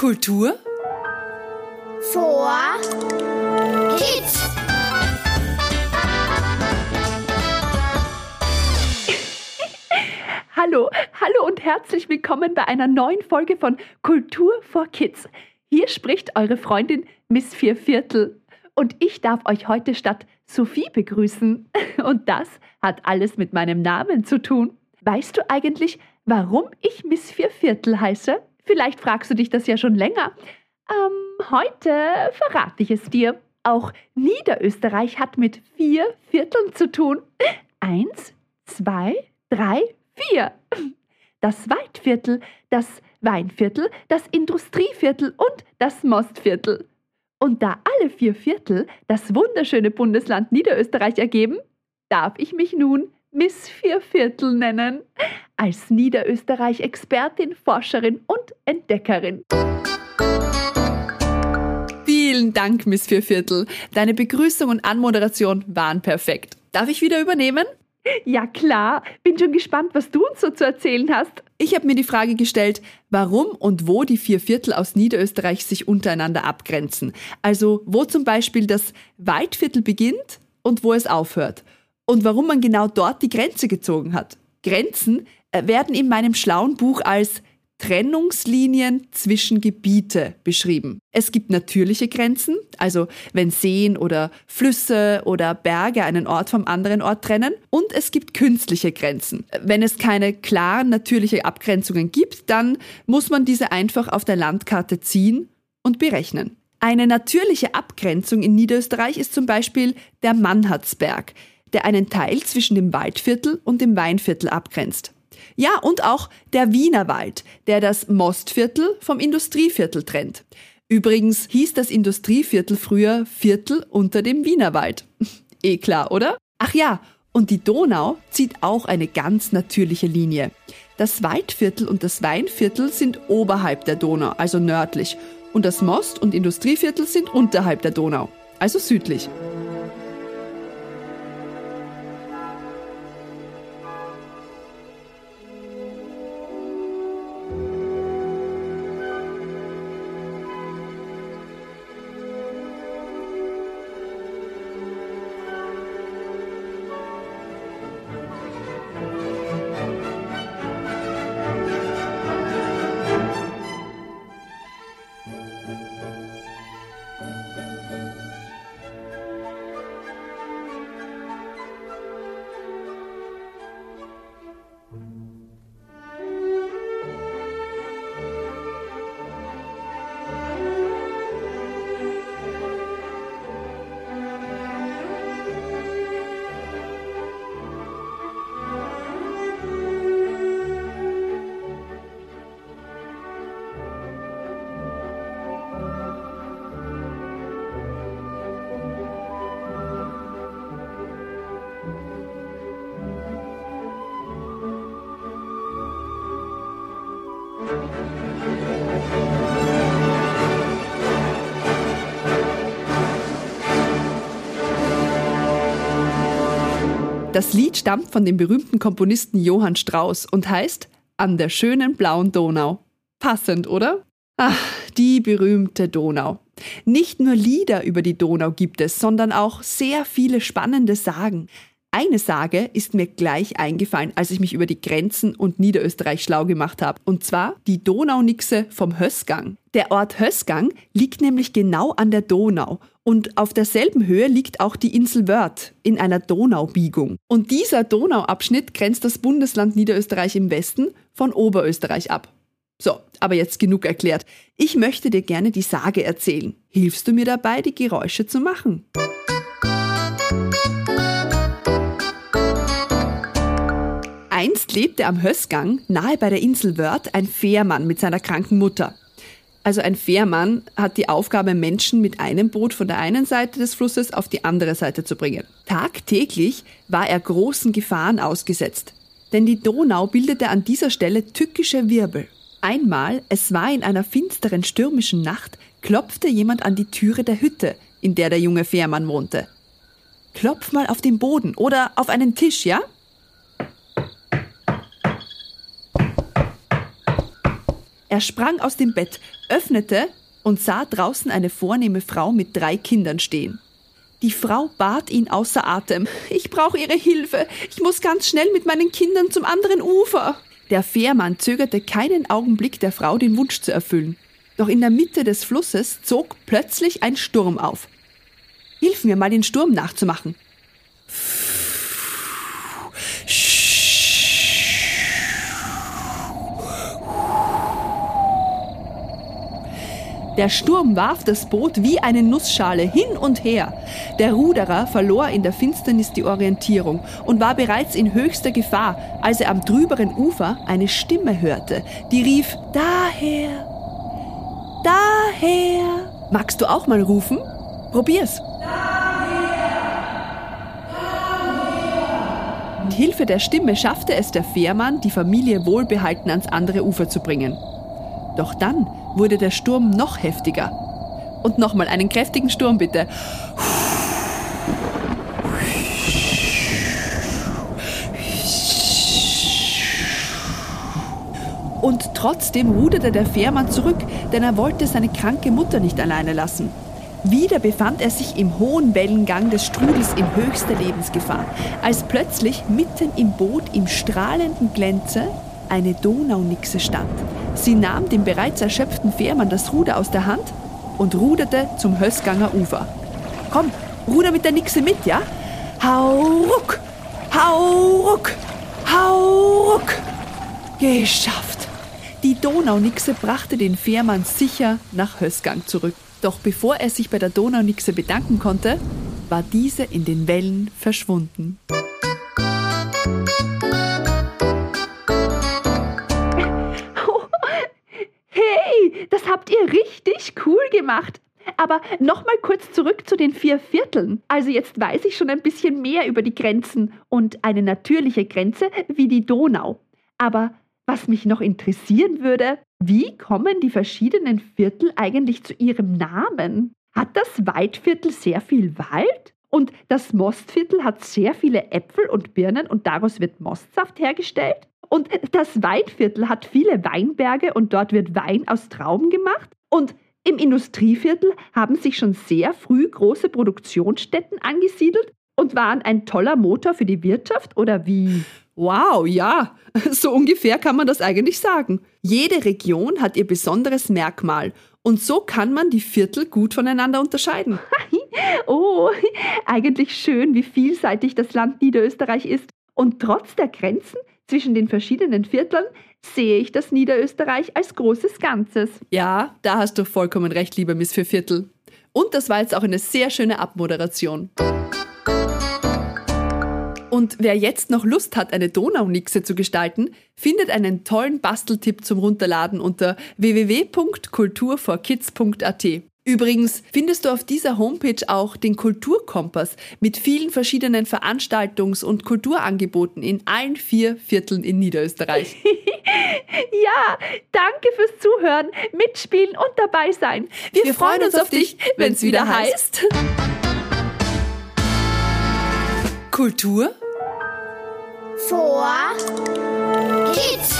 Kultur vor Kids. Hallo und herzlich willkommen bei einer neuen Folge von Kultur for Kids. Hier spricht eure Freundin Miss Vierviertel und ich darf euch heute statt Sophie begrüßen. Und das hat alles mit meinem Namen zu tun. Weißt du eigentlich, warum ich Miss Vierviertel heiße? Vielleicht fragst du dich das ja schon länger. Heute verrate ich es dir. Auch Niederösterreich hat mit 4 Vierteln zu tun. 1, 2, 3, 4. Das Waldviertel, das Weinviertel, das Industrieviertel und das Mostviertel. Und da alle 4 Viertel das wunderschöne Bundesland Niederösterreich ergeben, darf ich mich nun Miss Vierviertel nennen. Als Niederösterreich-Expertin, Forscherin und Entdeckerin. Vielen Dank, Miss Vierviertel. Deine Begrüßung und Anmoderation waren perfekt. Darf ich wieder übernehmen? Ja klar, bin schon gespannt, was du uns so zu erzählen hast. Ich habe mir die Frage gestellt, warum und wo die 4 Viertel aus Niederösterreich sich untereinander abgrenzen. Also wo zum Beispiel das Waldviertel beginnt und wo es aufhört. Und warum man genau dort die Grenze gezogen hat. Grenzen werden in meinem schlauen Buch als Trennungslinien zwischen Gebiete beschrieben. Es gibt natürliche Grenzen, also wenn Seen oder Flüsse oder Berge einen Ort vom anderen Ort trennen. Und es gibt künstliche Grenzen. Wenn es keine klaren natürlichen Abgrenzungen gibt, dann muss man diese einfach auf der Landkarte ziehen und berechnen. Eine natürliche Abgrenzung in Niederösterreich ist zum Beispiel der Mannhardsberg, der einen Teil zwischen dem Waldviertel und dem Weinviertel abgrenzt. Ja, und auch der Wienerwald, der das Mostviertel vom Industrieviertel trennt. Übrigens hieß das Industrieviertel früher Viertel unter dem Wienerwald. Klar, oder? Ach ja, und die Donau zieht auch eine ganz natürliche Linie. Das Waldviertel und das Weinviertel sind oberhalb der Donau, also nördlich. Und das Most- und Industrieviertel sind unterhalb der Donau, also südlich. Das Lied stammt von dem berühmten Komponisten Johann Strauss und heißt »An der schönen blauen Donau«. Passend, oder? Ach, die berühmte Donau. Nicht nur Lieder über die Donau gibt es, sondern auch sehr viele spannende Sagen. Eine Sage ist mir gleich eingefallen, als ich mich über die Grenzen und Niederösterreich schlau gemacht habe. Und zwar die Donaunixe vom Hößgang. Der Ort Hößgang liegt nämlich genau an der Donau. Und auf derselben Höhe liegt auch die Insel Wörth in einer Donaubiegung. Und dieser Donauabschnitt grenzt das Bundesland Niederösterreich im Westen von Oberösterreich ab. So, aber jetzt genug erklärt. Ich möchte dir gerne die Sage erzählen. Hilfst du mir dabei, die Geräusche zu machen? Einst lebte am Hößgang, nahe bei der Insel Wörth, ein Fährmann mit seiner kranken Mutter. Also ein Fährmann hat die Aufgabe, Menschen mit einem Boot von der einen Seite des Flusses auf die andere Seite zu bringen. Tagtäglich war er großen Gefahren ausgesetzt, denn die Donau bildete an dieser Stelle tückische Wirbel. Einmal, es war in einer finsteren, stürmischen Nacht, klopfte jemand an die Türe der Hütte, in der junge Fährmann wohnte. Klopf mal auf den Boden oder auf einen Tisch, ja? Er sprang aus dem Bett, öffnete und sah draußen eine vornehme Frau mit 3 Kindern stehen. Die Frau bat ihn außer Atem. »Ich brauche Ihre Hilfe. Ich muss ganz schnell mit meinen Kindern zum anderen Ufer.« Der Fährmann zögerte keinen Augenblick, der Frau den Wunsch zu erfüllen. Doch in der Mitte des Flusses zog plötzlich ein Sturm auf. »Hilf mir mal, den Sturm nachzumachen.« Der Sturm warf das Boot wie eine Nussschale hin und her. Der Ruderer verlor in der Finsternis die Orientierung und war bereits in höchster Gefahr, als er am drüberen Ufer eine Stimme hörte, die rief: »Daher, daher.« Magst du auch mal rufen? Probier's. Mit Hilfe der Stimme schaffte es der Fährmann, die Familie wohlbehalten ans andere Ufer zu bringen. Doch dann wurde der Sturm noch heftiger. Und nochmal einen kräftigen Sturm, bitte. Und trotzdem ruderte der Fährmann zurück, denn er wollte seine kranke Mutter nicht alleine lassen. Wieder befand er sich im hohen Wellengang des Strudels in höchster Lebensgefahr, als plötzlich mitten im Boot im strahlenden Glänze eine Donaunixe stand. Sie nahm dem bereits erschöpften Fährmann das Ruder aus der Hand und ruderte zum Hößganger Ufer. »Komm, ruder mit der Nixe mit, ja? Hau ruck, hau ruck, hau ruck!« Geschafft! Die Donaunixe brachte den Fährmann sicher nach Hößgang zurück. Doch bevor er sich bei der Donaunixe bedanken konnte, war diese in den Wellen verschwunden. Das habt ihr richtig cool gemacht. Aber nochmal kurz zurück zu den 4 Vierteln. Also jetzt weiß ich schon ein bisschen mehr über die Grenzen und eine natürliche Grenze wie die Donau. Aber was mich noch interessieren würde, wie kommen die verschiedenen Viertel eigentlich zu ihrem Namen? Hat das Weidviertel sehr viel Wald? Und das Mostviertel hat sehr viele Äpfel und Birnen und daraus wird Mostsaft hergestellt? Und das Weidviertel hat viele Weinberge und dort wird Wein aus Trauben gemacht. Und im Industrieviertel haben sich schon sehr früh große Produktionsstätten angesiedelt und waren ein toller Motor für die Wirtschaft, oder wie? Wow, ja, so ungefähr kann man das eigentlich sagen. Jede Region hat ihr besonderes Merkmal und so kann man die Viertel gut voneinander unterscheiden. Oh, eigentlich schön, wie vielseitig das Land Niederösterreich ist. Und trotz der Grenzen zwischen den verschiedenen Vierteln sehe ich das Niederösterreich als großes Ganzes. Ja, da hast du vollkommen recht, liebe Miss Vierviertel. Und das war jetzt auch eine sehr schöne Abmoderation. Und wer jetzt noch Lust hat, eine Donaunixe zu gestalten, findet einen tollen Basteltipp zum Runterladen unter www.kulturforkids.at. Übrigens findest du auf dieser Homepage auch den Kulturkompass mit vielen verschiedenen Veranstaltungs- und Kulturangeboten in allen 4 Vierteln in Niederösterreich. Ja, danke fürs Zuhören, mitspielen und dabei sein. Wir freuen uns auf dich, wenn es wieder heißt Kultur vor Kids.